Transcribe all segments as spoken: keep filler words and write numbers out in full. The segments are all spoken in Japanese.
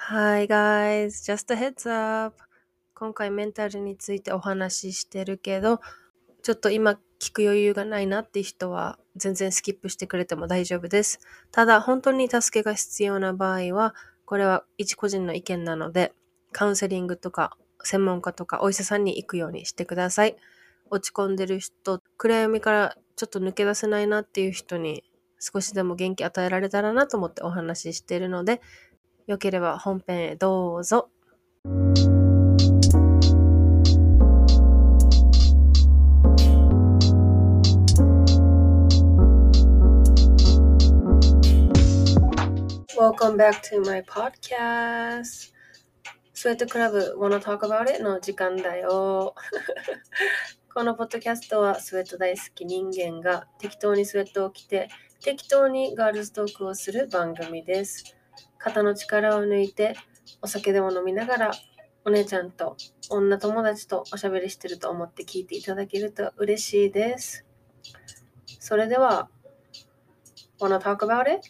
Hi guys, just a heads up. 今回メンタルについてお話ししてるけど、ちょっと今聞く余裕がないなって人は全然スキップしてくれても大丈夫です。ただ本当に助けが必要な場合は、これは一個人の意見なので、カウンセリングとか専門家とかお医者さんに行くようにしてください。落ち込んでる人、暗闇からちょっと抜け出せないなっていう人に少しでも元気与えられたらなと思ってお話ししているので、よければ本編へどうぞ。Welcome back to my podcast. スウェットクラブ Wanna Talk About It の時間だよ。このポッドキャストはスウェット大好き人間が適当にスウェットを着て適当にガールズトークをする番組です。肩の力を抜いてお酒でも飲みながらお姉ちゃんと女友達とおしゃべりしてると思って聞いていただけると嬉しいです。それでは Wanna talk about it?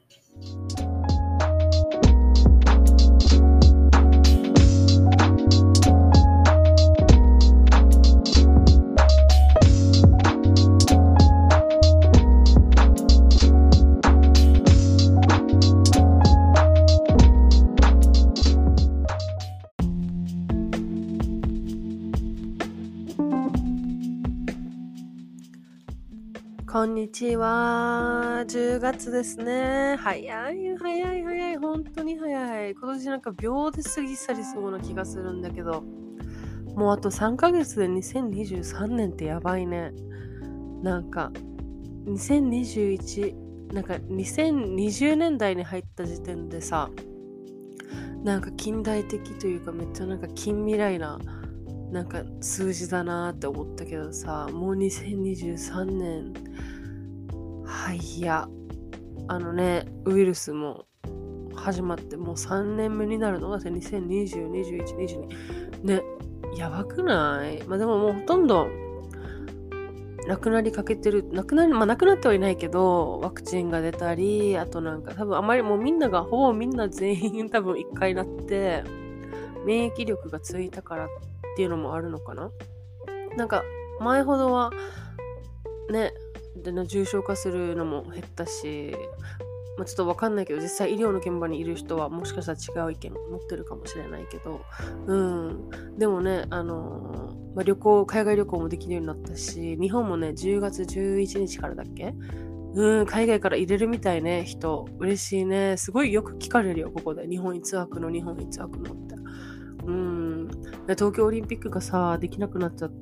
こんにちは。じゅうがつですね。早い早い早い。本当に早い。今年なんか秒で過ぎ去りそうな気がするんだけど、もうあとさんかげつでにせんにじゅうさんねんってやばいね。なんかにせんにじゅういちなんかにせんにじゅうねんだいに入った時点でさ、なんか近代的というかめっちゃなんか近未来ななんか数字だなって思ったけどさ、もうにせんにじゅうさんねん、はいいや、あのね、ウイルスも始まってもうさんねんめになるのがにせんにじゅう、にじゅういち、にじゅうにね、やばくない？まあでももうほとんどなくなりかけてる、なくなり、まあなくなってはいないけど、ワクチンが出たり、あとなんか多分あまりもうみんなが、ほぼみんな全員多分一回なって、免疫力がついたからっていうのもあるのかな。なんか前ほどはねでの重症化するのも減ったし、まあ、ちょっとわかんないけど実際医療の現場にいる人はもしかしたら違う意見を持ってるかもしれないけど、うんでもねあのーまあ、旅行海外旅行もできるようになったし、日本もねじゅうがつじゅういちにちからだっけ、うん海外から入れるみたいね。人嬉しいね。すごいよく聞かれるよ、ここで日本一枠の日本一枠のって。うん東京オリンピックがさできなくなっちゃって、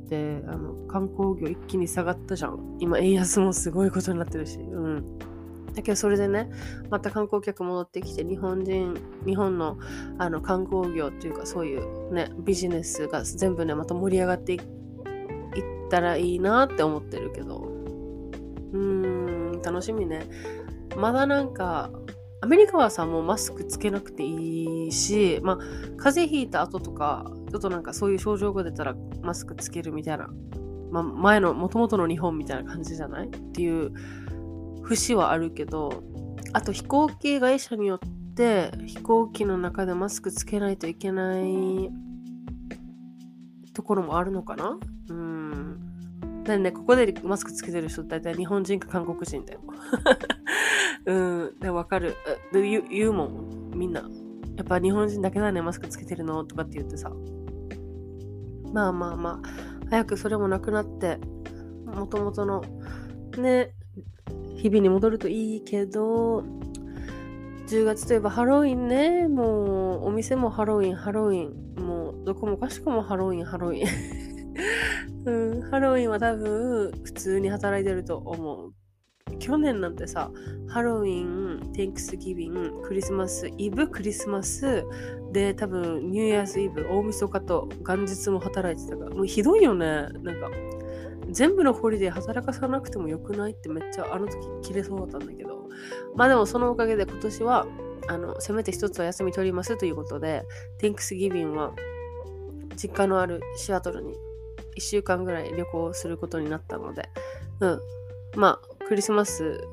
あの観光業一気に下がったじゃん。今円安もすごいことになってるし、うんだけどそれでねまた観光客戻ってきて、日本人日本のあの観光業っていうかそういうねビジネスが全部ねまた盛り上がっていったらいいなって思ってるけど、うーん楽しみね。まだなんかアメリカはさもうマスクつけなくていいし、まあ風邪ひいた後とかちょっとなんかそういう症状が出たらマスクつけるみたいな、まあ前の元々の日本みたいな感じじゃないっていう節はあるけど、あと飛行機会社によって飛行機の中でマスクつけないといけないところもあるのかな。うんだね、ここでマスクつけてる人って大体日本人か韓国人だよ。うん、でわかる。で言う、言うもん、みんな。やっぱ日本人だけだね、マスクつけてるのとかって言ってさ。まあまあまあ、早くそれもなくなって、もともとのね、日々に戻るといいけど、じゅうがつといえばハロウィンね。もうお店もハロウィン、ハロウィン。もうどこもかしこもハロウィン、ハロウィン。うん、ハロウィンは多分普通に働いてると思う。去年なんてさ、ハロウィン、テンクスギビン、クリスマスイブ、クリスマスで多分ニューイヤーズイブ、大晦日と元日も働いてたから、もうひどいよね。なんか全部のホリデー働かさなくてもよくないってめっちゃあの時切れそうだったんだけど、まあでもそのおかげで今年はあのせめて一つは休み取りますということで、テンクスギビンは実家のあるシアトルにいっしゅうかんぐらい旅行することになったので、うんまあクリスマス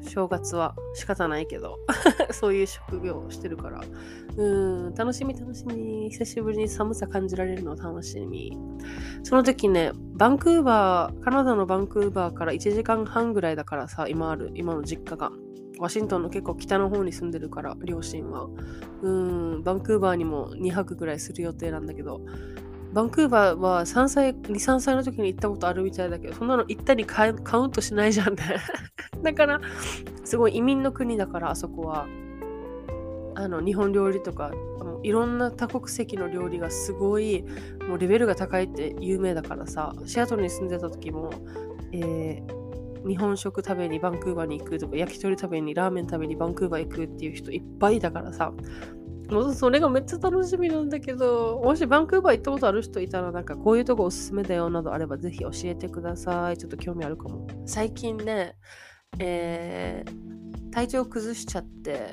正月は仕方ないけどそういう職業をしてるから、うーん楽しみ楽しみ。久しぶりに寒さ感じられるのを楽しみ。その時ね、バンクーバーカナダのバンクーバーからいちじかんはんぐらいだからさ、今ある今の実家がワシントンの結構北の方に住んでるから、両親はうーんバンクーバーにもにはくぐらいする予定なんだけど、バンクーバーはさんさい、に、さんさいの時に行ったことあるみたいだけど、そんなの行ったりカウントしないじゃんね。だから、すごい移民の国だから、あそこは。あの、日本料理とか、いろんな多国籍の料理がすごい、もうレベルが高いって有名だからさ、シアトルに住んでた時も、えー、日本食食べにバンクーバーに行くとか、焼き鳥食べにラーメン食べにバンクーバー行くっていう人いっぱいだからさ、もうそれがめっちゃ楽しみなんだけど、もしバンクーバー行ったことある人いたら、なんかこういうとこおすすめだよなどあればぜひ教えてください。ちょっと興味あるかも。最近ね、えー、体調崩しちゃって、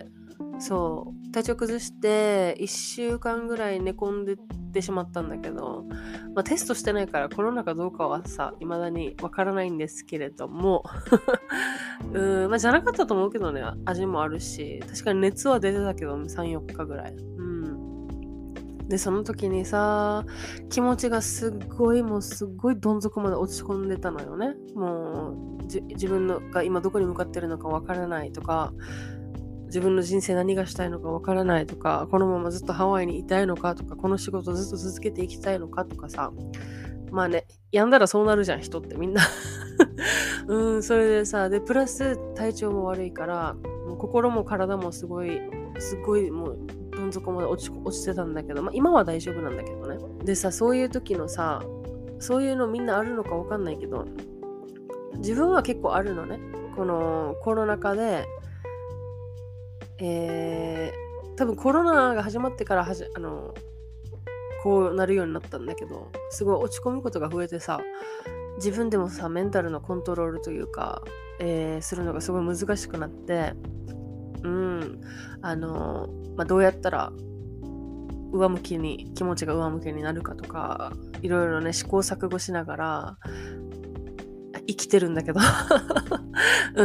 そう体調崩していっしゅうかんぐらい寝込んでってしまったんだけど、まあ、テストしてないからコロナかどうかはさ未だにわからないんですけれどもうーん、まあ、じゃなかったと思うけどね、味もあるし、確かに熱は出てたけど さん、よっかぐらい。うんでその時にさ、気持ちがすっごいもうすっごいどん底まで落ち込んでたのよね。もうじ自分のが今どこに向かってるのかわからないとか、自分の人生何がしたいのかわからないとか、このままずっとハワイにいたいのかとか、この仕事ずっと続けていきたいのかとかさ、まあね、病んだらそうなるじゃん、人ってみんなうん、それでさ、でプラス体調も悪いから、もう心も体もすごいすごいもうどん底まで落ち落ちてたんだけど、まあ今は大丈夫なんだけどね。でさ、そういう時のさ、そういうのみんなあるのかわかんないけど、自分は結構あるのね。このコロナ禍でえー、多分コロナが始まってからはじあのこうなるようになったんだけど、すごい落ち込むことが増えてさ、自分でもさメンタルのコントロールというか、えー、するのがすごい難しくなって、うんあの、まあ、どうやったら上向きに気持ちが上向きになるかとか、いろいろね試行錯誤しながら生きてるんだけどうん、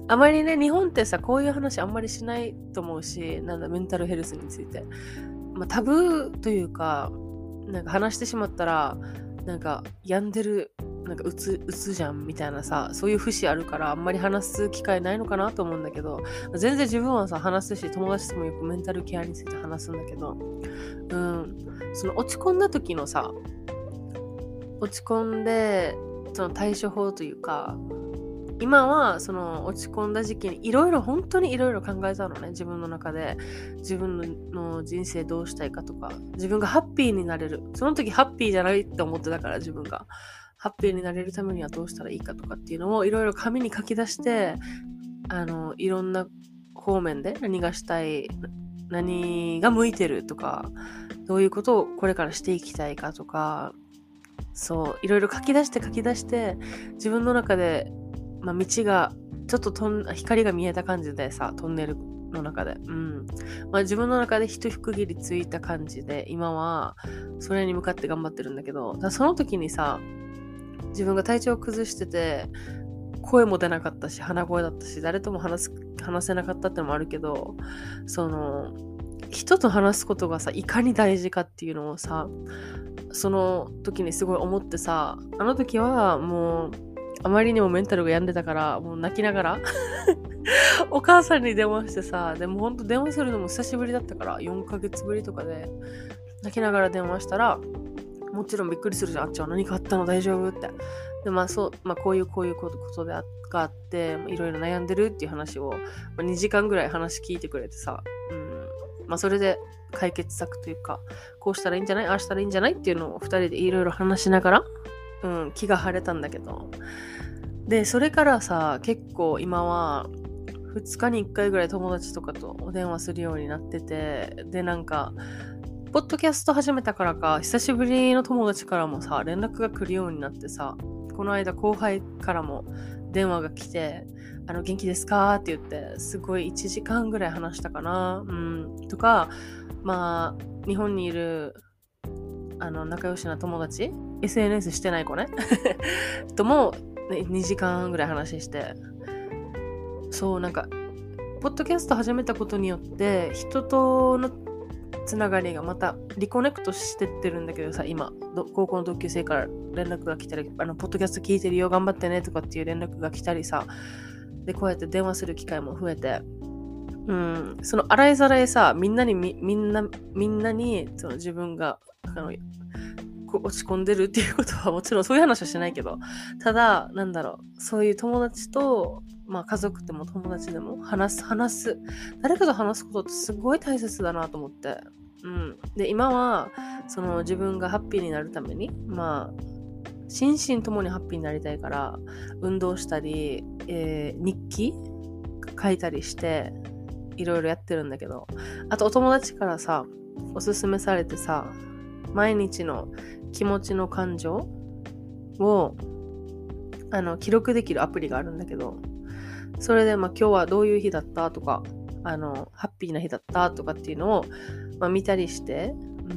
あまりね、日本ってさ、こういう話あんまりしないと思うし、なんだ、メンタルヘルスについて。まあ、タブーというか、なんか話してしまったら、なんか病んでる、なんかうつ、うつじゃんみたいなさ、そういう節あるから、あんまり話す機会ないのかなと思うんだけど、全然自分はさ、話すし、友達ともよくメンタルケアについて話すんだけど、うん、その落ち込んだ時のさ、落ち込んで、その対処法というか、今はその落ち込んだ時期にいろいろ本当にいろいろ考えたのね。自分の中で自分の人生どうしたいかとか、自分がハッピーになれる、その時ハッピーじゃないって思ってたから、自分がハッピーになれるためにはどうしたらいいかとかっていうのをいろいろ紙に書き出して、あのいろんな方面で何がしたい、何が向いてるとか、どういうことをこれからしていきたいかとか、そういろいろ書き出して書き出して自分の中で、まあ、道がちょっととん光が見えた感じでさ、トンネルの中で、うんまあ、自分の中で一区切りついた感じで、今はそれに向かって頑張ってるんだけど、だその時にさ、自分が体調を崩してて声も出なかったし、鼻声だったし、誰とも話す話せなかったってのもあるけど、その人と話すことがさいかに大事かっていうのをさ、その時にすごい思ってさ、あの時はもうあまりにもメンタルが病んでたから、もう泣きながらお母さんに電話してさ、でもほんと電話するのも久しぶりだったから、よんかげつぶりとかで泣きながら電話したら、もちろんびっくりするじゃん、あっちは。何かあったの大丈夫って。でまあそう、まあこういうこういうことであがあって、いろいろ悩んでるっていう話を、まあ、にじかんぐらい話聞いてくれてさ、うんまあそれで解決策というか、こうしたらいいんじゃない、ああしたらいいんじゃないっていうのをふたりでいろいろ話しながら、うん、気が晴れたんだけど、でそれからさ、結構今はふつかにいっかいぐらい友達とかとお電話するようになってて、でなんかポッドキャスト始めたからか、久しぶりの友達からもさ連絡が来るようになってさ、この間後輩からも電話が来て、あの元気ですかって言って、すごいいちじかんぐらい話したかな、うんとか、まあ日本にいるあの仲良しな友達、 エスエヌエス してない子ねとも、ね、にじかんぐらい話して、 そうなんかポッドキャスト始めたことによって人とのつながりがまたリコネクトしてってるんだけどさ、今高校の同級生から連絡が来たり、あのポッドキャスト聞いてるよ頑張ってねとかっていう連絡が来たりさ、でこうやって電話する機会も増えて、うん、その洗いざらいさ、みんなにみみんなみんなにその自分があの落ち込んでるっていうことはもちろんそういう話はしないけど、ただなんだろう、そういう友達と、まあ家族でも友達でも話す話す誰かと話すことってすごい大切だなと思って、うん、で今はその自分がハッピーになるために、まあ心身ともにハッピーになりたいから運動したり、えー、日記書いたりしていろいろやってるんだけど、あとお友達からさおすすめされてさ、毎日の気持ちの感情をあの記録できるアプリがあるんだけど、それでまあ今日はどういう日だったとか、あのハッピーな日だったとかっていうのを、まあ、見たりして、うん、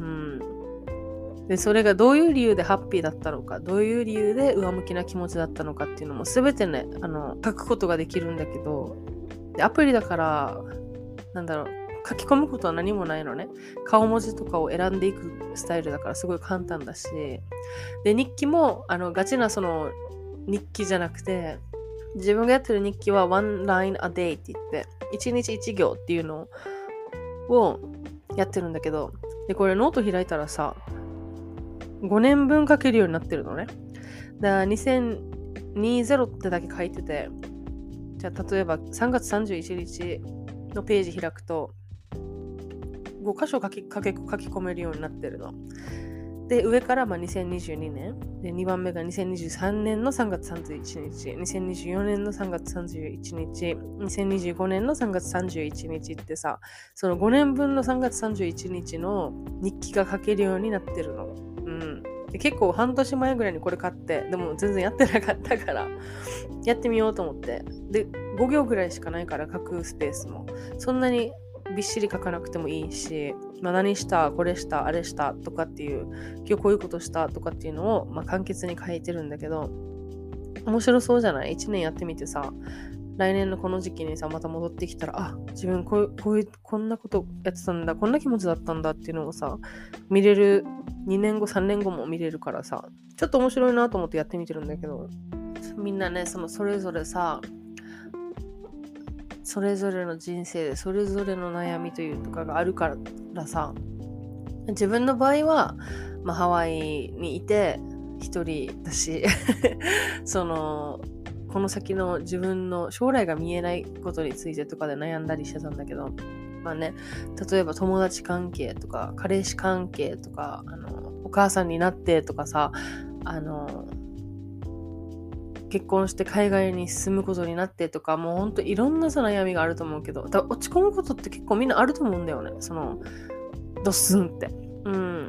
でそれがどういう理由でハッピーだったのか、どういう理由で上向きな気持ちだったのかっていうのも全てね、あの書くことができるんだけど、でアプリだからなんだろう、書き込むことは何もないのね。顔文字とかを選んでいくスタイルだからすごい簡単だし、で日記もあのガチなその日記じゃなくて、自分がやってる日記は one line a day って言っていちにちいち行っていうのをやってるんだけど、でこれノート開いたらさごねんぶん書けるようになってるのね。だからにせんにじゅうってだけ書いてて、じゃあ例えばさんがつさんじゅういちにちのページ開くとご箇所書き、書き、書き込めるようになってるの。で、上からまあにせんにじゅうにねん、でにばんめがにせんにじゅうさんねんのさんがつさんじゅういちにち、にせんにじゅうよねんのさんがつさんじゅういちにち、にせんにじゅうごねんのさんがつさんじゅういちにちってさ、そのごねんぶんのさんがつさんじゅういちにちの日記が書けるようになってるの。うん。で結構半年前ぐらいにこれ買って、でも全然やってなかったから、やってみようと思って。で、ごぎょうぐらいしかないから書くスペースも。そんなにびっしり書かなくてもいいし、まあ、何したこれしたあれしたとかっていう、今日こういうことしたとかっていうのを、まあ、簡潔に書いてるんだけど、面白そうじゃない？いちねんやってみてさ、来年のこの時期にさまた戻ってきたら、あ、自分こういうこういうこんなことやってたんだ、こんな気持ちだったんだっていうのをさ見れる。にねんごさんねんごも見れるからさ、ちょっと面白いなと思ってやってみてるんだけど、みんなねそのそれぞれさそれぞれの人生でそれぞれの悩みというとかがあるからさ、自分の場合は、まあ、ハワイにいて一人だしそのこの先の自分の将来が見えないことについてとかで悩んだりしてたんだけど、まあね、例えば友達関係とか彼氏関係とか、あのお母さんになってとかさ、あの結婚して海外に住むことになってとか、もうほんといろんなさ悩みがあると思うけど、だ落ち込むことって結構みんなあると思うんだよね。そのドッスンって、うん。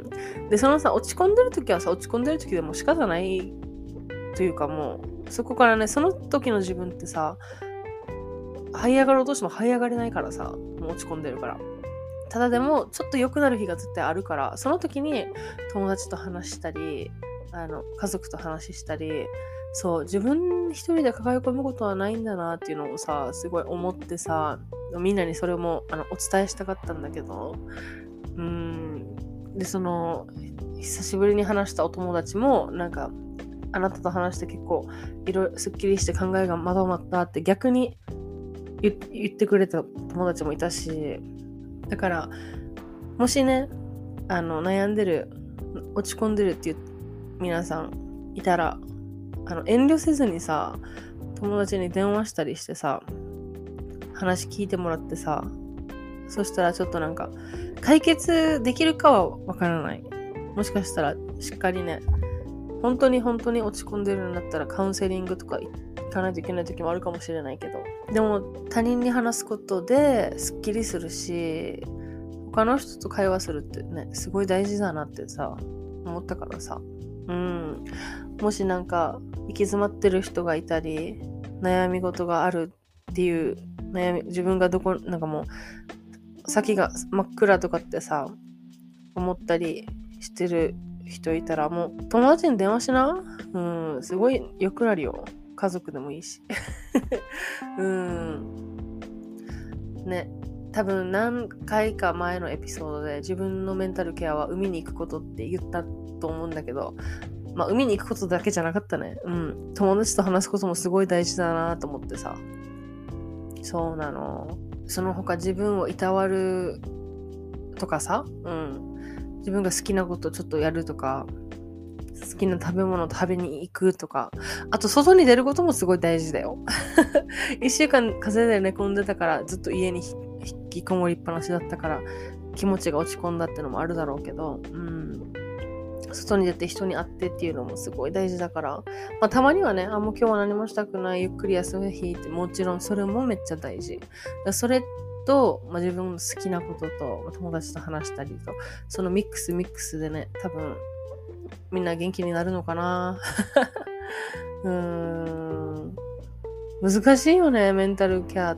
でそのさ落ち込んでる時はさ落ち込んでる時でも仕方ないというか、もうそこからね、その時の自分ってさ這い上がろうとしても這い上がれないからさ、もう落ち込んでるから。ただでもちょっと良くなる日が絶対あるから、その時に友達と話したり、あの家族と話したり、そう自分一人で抱え込むことはないんだなっていうのをさすごい思ってさ、みんなにそれもあのお伝えしたかったんだけど、うーんでその久しぶりに話したお友達もなんか、あなたと話して結構いろいろすっきりして考えがまとまったって逆に言, 言ってくれた友達もいたし、だからもしねあの悩んでる落ち込んでるっていう皆さんいたら、あの遠慮せずにさ友達に電話したりしてさ話聞いてもらってさ、そしたらちょっとなんか解決できるかはわからない。もしかしたらしっかりね、本当に本当に落ち込んでるんだったらカウンセリングとか行かないといけない時もあるかもしれないけど、でも他人に話すことですっきりするし、他の人と会話するってねすごい大事だなってさ思ったからさ、うん、もしなんか行き詰まってる人がいたり悩み事があるっていう悩み、自分がどこなんかもう先が真っ暗とかってさ思ったりしてる人いたら、もう友達に電話しな。うん、すごいよくなるよ。家族でもいいしうんね、多分何回か前のエピソードで自分のメンタルケアは海に行くことって言ったと思うんだけど、まあ海に行くことだけじゃなかったね。うん。友達と話すこともすごい大事だなと思ってさ。そうなの。その他自分をいたわるとかさ、うん。自分が好きなことちょっとやるとか、好きな食べ物を食べに行くとか、あと外に出ることもすごい大事だよ。一週間風邪で寝込んでたからずっと家に引きこもりっぱなしだったから気持ちが落ち込んだってのもあるだろうけど、うん、外に出て人に会ってっていうのもすごい大事だから、まあ、たまにはね、あもう今日は何もしたくない、ゆっくり休む日ってもちろんそれもめっちゃ大事。それと、まあ、自分の好きなことと友達と話したりと、そのミックスミックスでね、多分みんな元気になるのかな。うーん難しいよね、メンタルケアって。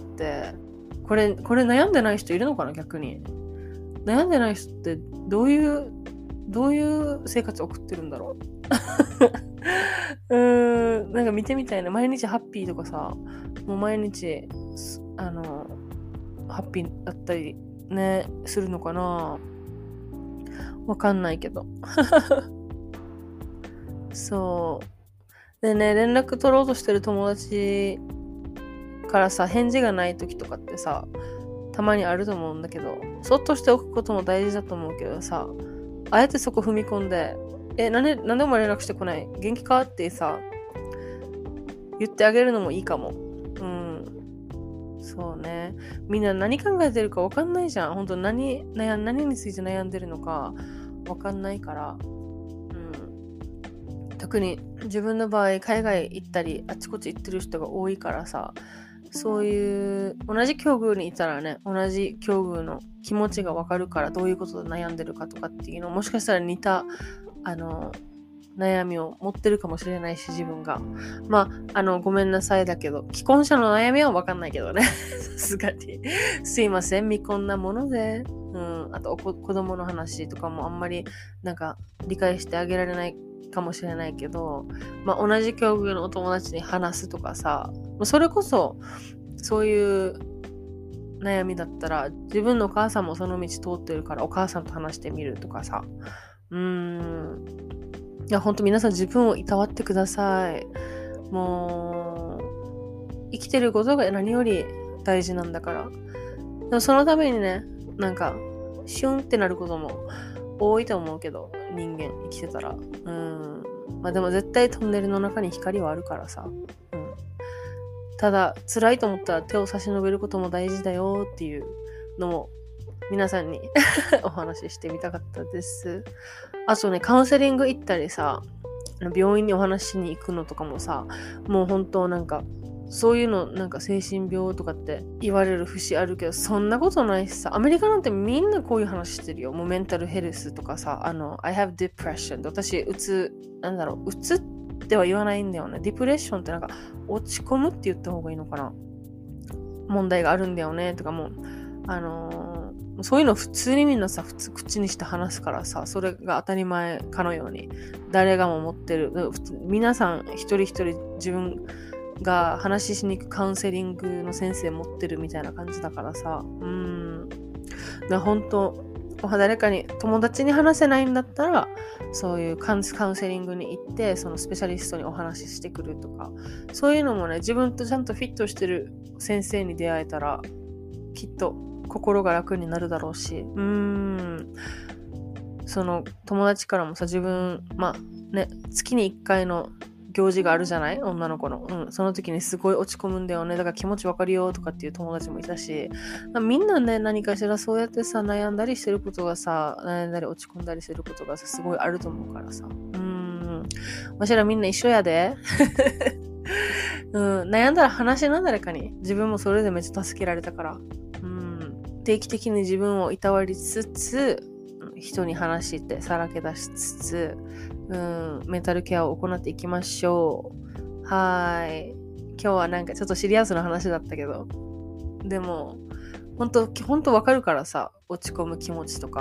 これ、これ悩んでない人いるのかな、逆に。悩んでない人ってどういう、どういう生活を送ってるんだろう。うーん、なんか見てみたいな。毎日ハッピーとかさ、もう毎日、あの、ハッピーだったりね、するのかな。わかんないけど。そう。でね、連絡取ろうとしてる友達からさ、返事がない時とかってさ、たまにあると思うんだけど、そっとしておくことも大事だと思うけどさ、あえてそこ踏み込んで、え、なんで、なんでお前連絡してこない？元気かってさ、言ってあげるのもいいかも。うん。そうね。みんな何考えてるか分かんないじゃん。本当何、悩何について悩んでるのか分かんないから。特に自分の場合海外行ったりあちこち行ってる人が多いからさ、そういう同じ境遇にいたらね、同じ境遇の気持ちがわかるから、どういうことで悩んでるかとかっていうのもしかしたら似たあの悩みを持ってるかもしれないし、自分がまああのごめんなさいだけど、既婚者の悩みはわかんないけどね。さすがにすいません、未婚なもので、うん、あとおこ子供の話とかもあんまりなんか理解してあげられないかもしれないけど、まあ、同じ境遇のお友達に話すとかさ、それこそそういう悩みだったら自分のお母さんもその道通ってるからお母さんと話してみるとかさ、うーんいや本当皆さん自分をいたわってください。もう生きてることが何より大事なんだから。でもそのためにね、なんかシュンってなることも多いと思うけど、人間生きてたら、うん、まあでも絶対トンネルの中に光はあるからさ、うん、ただ辛いと思ったら手を差し伸べることも大事だよっていうのも皆さんにお話ししてみたかったです。あとね、カウンセリング行ったりさ、病院にお話しに行くのとかもさ、もう本当なんかそういうのなんか精神病とかって言われる節あるけど、そんなことないしさ、アメリカなんてみんなこういう話してるよ。もうメンタルヘルスとかさ、あの I have depression で私うつなんだろううつっては言わないんだよね。ディプレッションってなんか落ち込むって言った方がいいのかな。問題があるんだよねとかもうあのー、そういうの普通にみんなさ普通口にして話すからさ、それが当たり前かのように誰がも持ってる、普通皆さん一人一人自分が話ししに行くカウンセリングの先生持ってるみたいな感じだからさ、うーんだ本当誰かに友達に話せないんだったらそういうカウンセリングに行ってそのスペシャリストにお話ししてくるとか、そういうのもね、自分とちゃんとフィットしてる先生に出会えたらきっと心が楽になるだろうし、うーんその友達からもさ、自分まあね月にいっかいの行事があるじゃない、女の子の、うん、その時にすごい落ち込むんだよね、だから気持ちわかるよとかっていう友達もいたし、みんなね何かしらそうやってさ悩んだりしてることがさ、悩んだり落ち込んだりすることがさすごいあると思うからさ、うーんわしらみんな一緒やで、うん、悩んだら話しな、誰かに。自分もそれでめっちゃ助けられたから、うん、定期的に自分をいたわりつつ人に話してさらけ出しつつ、うん、メンタルケアを行っていきましょう。はーい。今日はなんかちょっとシリアスな話だったけど、でも本当本当わかるからさ、落ち込む気持ちとか、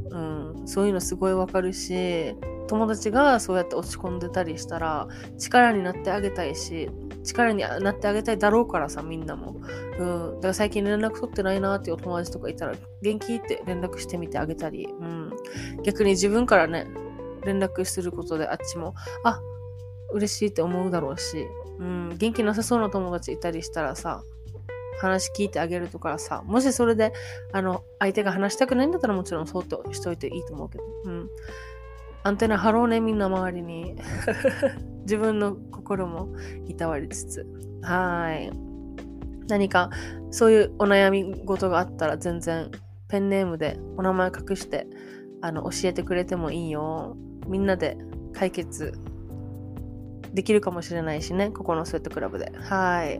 うん、そういうのすごいわかるし、友達がそうやって落ち込んでたりしたら力になってあげたいし、力になってあげたいだろうからさ、みんなも。うん、だから最近連絡取ってないなーっていうお友達とかいたら元気って連絡してみてあげたり、うん、逆に自分からね連絡することであっちもあ嬉しいって思うだろうし、うん、元気なさそうな友達いたりしたらさ、話聞いてあげるとかさ、もしそれであの相手が話したくないんだったらもちろんそうとしといていいと思うけど、うん、アンテナ張ろうね、みんな周りに自分の心もいたわりつつ、はい、何かそういうお悩み事があったら全然ペンネームでお名前隠してあの教えてくれてもいいよ。みんなで解決できるかもしれないしね、ここのスウェットクラブで。はい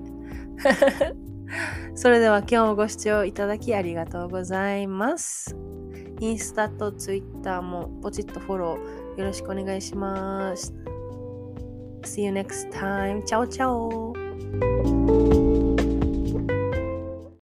それでは今日もご視聴いただきありがとうございます。インスタとツイッターもポチッとフォローよろしくお願いします。See you next time. チャオチャオ。